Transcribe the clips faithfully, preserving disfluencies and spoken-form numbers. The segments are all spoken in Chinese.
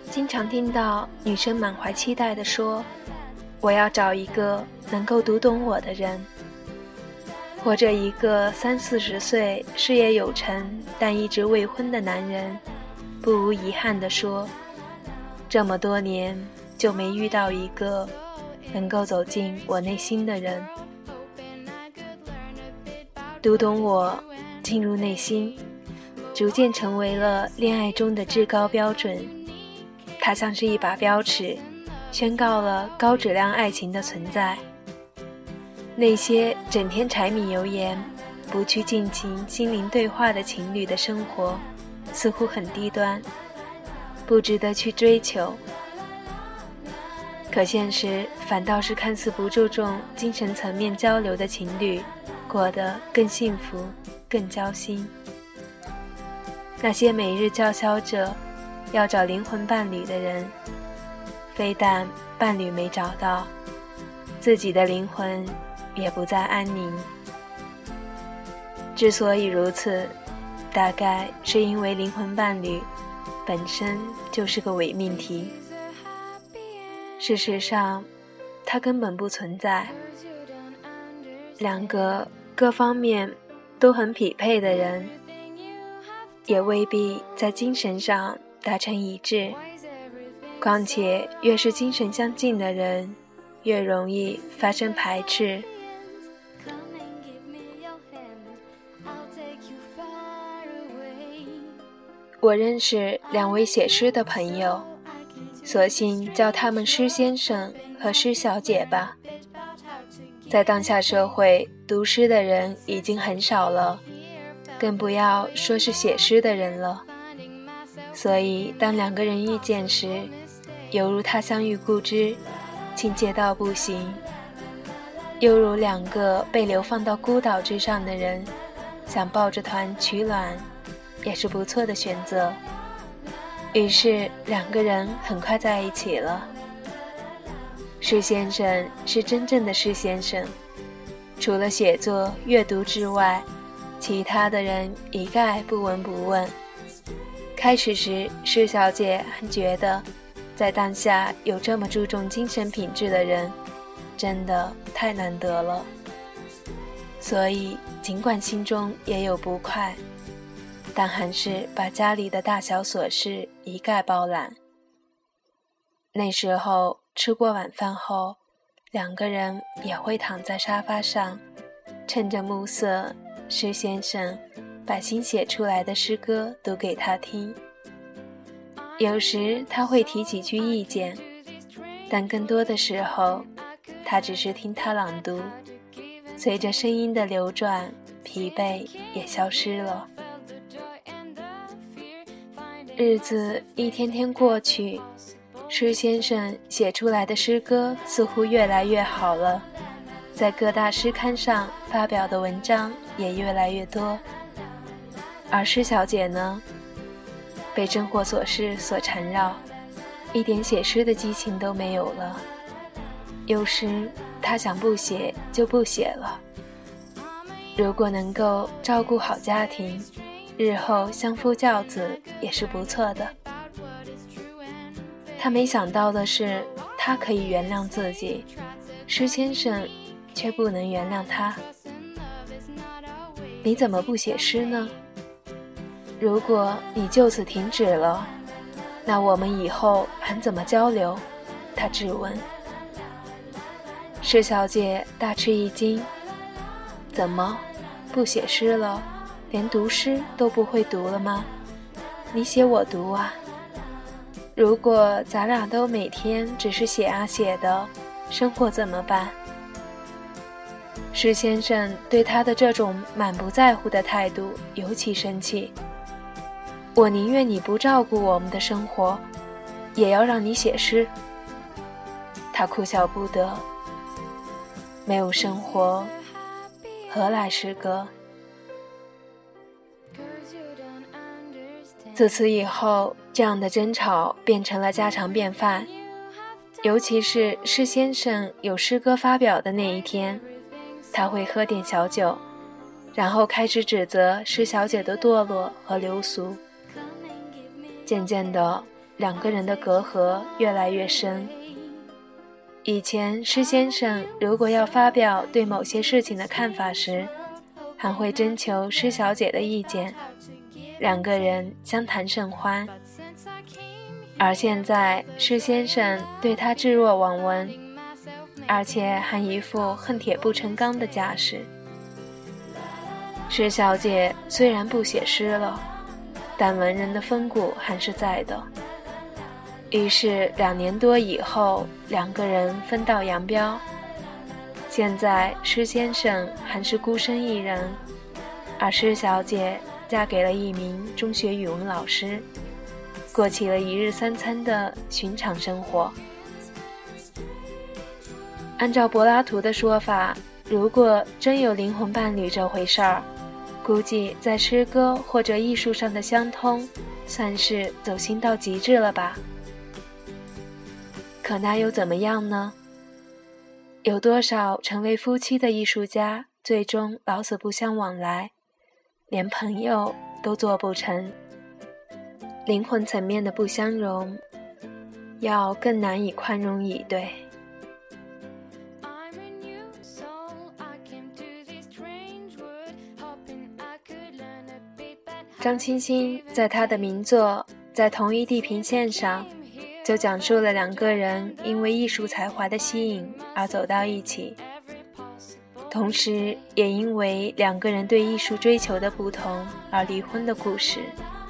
经常听到女生满怀期待地说，我要找一个能够读懂我的人，或者一个三四十岁事业有成但一直未婚的男人，不无遗憾地说，这么多年就没遇到一个能够走进我内心的人。读懂我，进入内心，逐渐成为了恋爱中的至高标准。它像是一把标尺，宣告了高质量爱情的存在。那些整天柴米油盐，不去进行心灵对话的情侣的生活，似乎很低端，不值得去追求。可现实反倒是看似不注重精神层面交流的情侣，过得更幸福，更交心。那些每日叫嚣着要找灵魂伴侣的人，非但伴侣没找到，自己的灵魂也不再安宁。之所以如此，大概是因为灵魂伴侣本身就是个伪命题。事实上，它根本不存在。两个各方面都很匹配的人，也未必在精神上达成一致。况且，越是精神相近的人，越容易发生排斥。我认识两位写诗的朋友，索性叫他们诗先生和诗小姐吧。在当下社会，读诗的人已经很少了，更不要说是写诗的人了。所以当两个人遇见时，犹如他乡遇故知，亲切到不行；犹如两个被流放到孤岛之上的人，想抱着团取暖，也是不错的选择。于是两个人很快在一起了。施先生是真正的施先生，除了写作阅读之外，其他的人一概不闻不问。开始时，施小姐还觉得在当下有这么注重精神品质的人真的太难得了，所以尽管心中也有不快，但还是把家里的大小琐事一概包揽。那时候吃过晚饭后，两个人也会躺在沙发上，趁着暮色，施先生把新写出来的诗歌读给他听。有时他会提几句意见，但更多的时候他只是听他朗读，随着声音的流转，疲惫也消失了。日子一天天过去，施先生写出来的诗歌似乎越来越好了，在各大诗刊上发表的文章也越来越多。而施小姐呢，被生活琐事所缠绕，一点写诗的激情都没有了。有时她想不写就不写了。如果能够照顾好家庭，日后相夫教子也是不错的。她没想到的是，她可以原谅自己，施先生却不能原谅她。你怎么不写诗呢？如果你就此停止了，那我们以后还怎么交流？他质问。施小姐大吃一惊，怎么不写诗了？连读诗都不会读了吗？你写我读啊。如果咱俩都每天只是写啊写的，生活怎么办？施先生对他的这种满不在乎的态度尤其生气。我宁愿你不照顾我们的生活，也要让你写诗。他哭笑不得，没有生活，何来诗歌？自此以后，这样的争吵变成了家常便饭，尤其是施先生有诗歌发表的那一天，他会喝点小酒，然后开始指责施小姐的堕落和流俗。渐渐的， 两个人的隔阂越来越深。以前施先生如果要发表对某些事情的看法时，还会征求施小姐的意见，两个人相谈甚欢。而现在施先生对他置若罔闻，而且还一副恨铁不成钢的架势。施小姐虽然不写诗了，但文人的风骨还是在的。于是两年多以后，两个人分道扬镳。现在施先生还是孤身一人，而施小姐嫁给了一名中学语文老师，过起了一日三餐的寻常生活。按照柏拉图的说法，如果真有灵魂伴侣这回事儿，估计在诗歌或者艺术上的相通，算是走心到极致了吧。可那又怎么样呢？有多少成为夫妻的艺术家，最终老死不相往来，连朋友都做不成。灵魂层面的不相容，要更难以宽容以对。张清新在他的名作《在同一地平线上》就讲述了两个人因为艺术才华的吸引而走到一起，同时也因为两个人对艺术追求的不同而离婚的故事。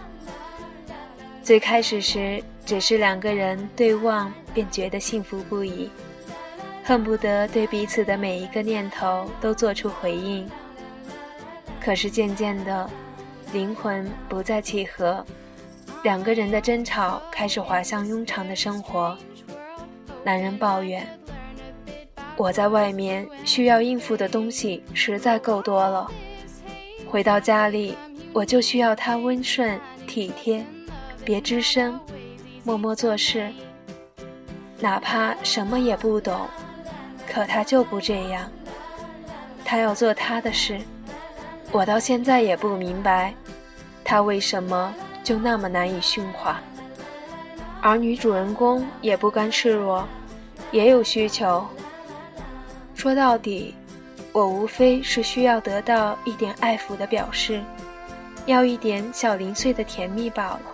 最开始时只是两个人对望便觉得幸福不已，恨不得对彼此的每一个念头都做出回应。可是渐渐的，灵魂不再契合，两个人的争吵开始滑向庸常的生活。男人抱怨，我在外面需要应付的东西实在够多了，回到家里我就需要他温顺体贴，别吱声，默默做事，哪怕什么也不懂，可他就不这样，他要做他的事。我到现在也不明白，他为什么就那么难以驯化。而女主人公也不甘示弱，也有需求。说到底，我无非是需要得到一点爱抚的表示，要一点小零碎的甜蜜罢了。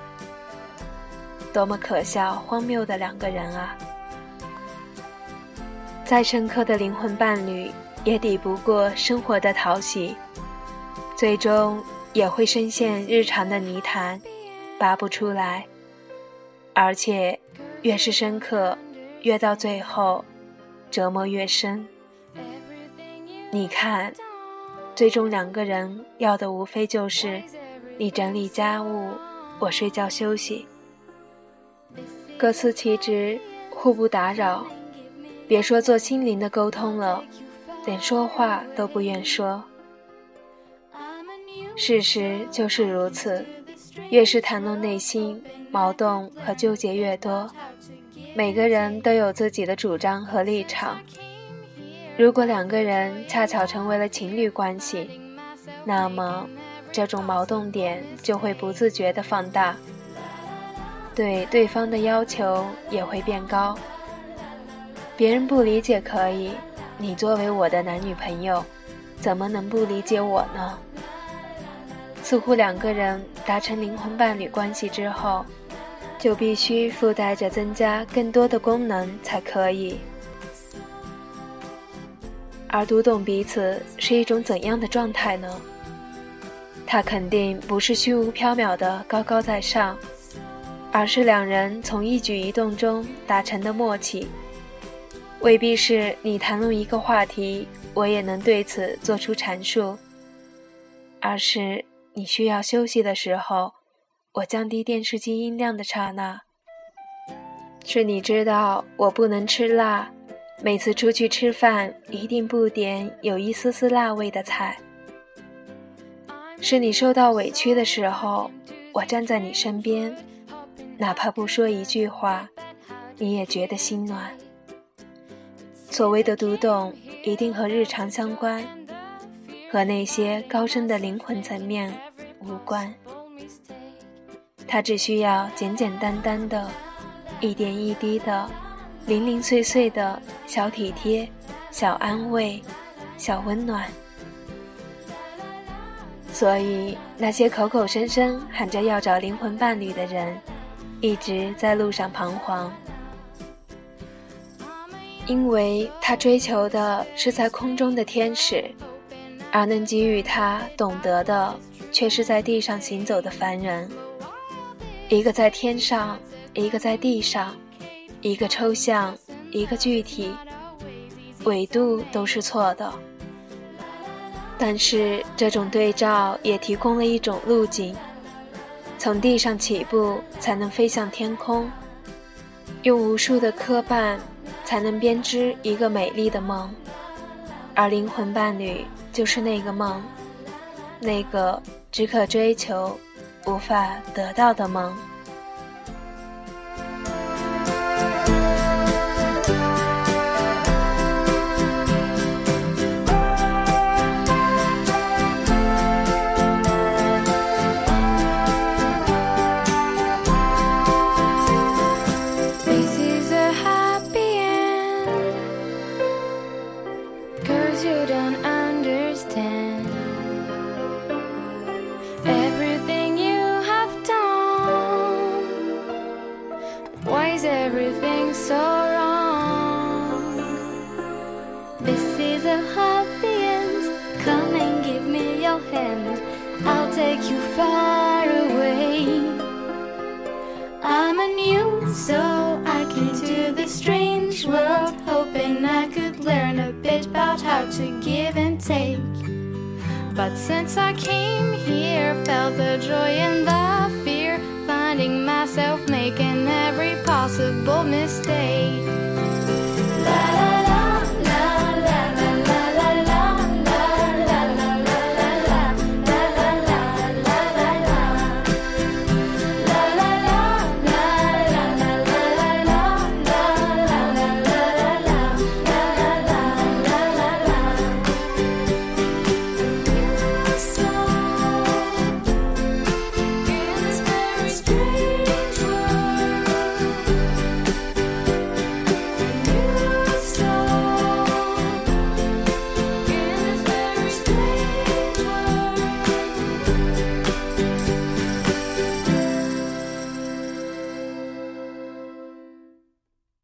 多么可笑荒谬的两个人啊！再深刻的灵魂伴侣也抵不过生活的讨喜，最终也会深陷日常的泥潭，拔不出来。而且越是深刻，越到最后折磨越深。你看，最终两个人要的无非就是你整理家务，我睡觉休息，各司其职，互不打扰。别说做心灵的沟通了，连说话都不愿说。事实就是如此，越是袒露内心，矛盾和纠结越多。每个人都有自己的主张和立场。如果两个人恰巧成为了情侣关系，那么这种矛盾点就会不自觉地放大，对对方的要求也会变高。别人不理解可以，你作为我的男女朋友，怎么能不理解我呢？似乎两个人达成灵魂伴侣关系之后，就必须附带着增加更多的功能才可以。而读懂彼此是一种怎样的状态呢？它肯定不是虚无缥缈的高高在上，而是两人从一举一动中达成的默契。未必是你谈论一个话题，我也能对此做出阐述，而是你需要休息的时候，我降低电视机音量的刹那。是你知道我不能吃辣，每次出去吃饭一定不点有一丝丝辣味的菜。是你受到委屈的时候，我站在你身边，哪怕不说一句话，你也觉得心暖。所谓的读懂一定和日常相关，和那些高深的灵魂层面无关。 它只需要简简单单的一点一滴的零零碎碎的小体贴、小安慰、小温暖。所以那些口口声声喊着要找灵魂伴侣的人，一直在路上彷徨，因为他追求的是在空中的天使，而能给予他懂得的却是在地上行走的凡人。一个在天上，一个在地上，一个抽象，一个具体，纬度都是错的。但是这种对照也提供了一种路径，从地上起步才能飞向天空，用无数的磕绊才能编织一个美丽的梦，而灵魂伴侣就是那个梦，那个只可追求无法得到的梦。 Everything so wrong. This is a happy end. Come and give me your hand. I'll take you far away. I'm a new soul. I came to this strange world, hoping I could learn a bit about how to give and take. But since I came here, felt the joy and the fear, finding myself making every possible mistake.